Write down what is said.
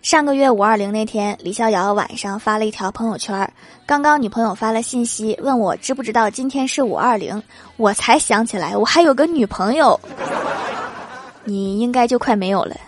上个月520那天，李逍遥晚上发了一条朋友圈，刚刚女朋友发了信息问我知不知道今天是520，我才想起来我还有个女朋友。你应该就快没有了。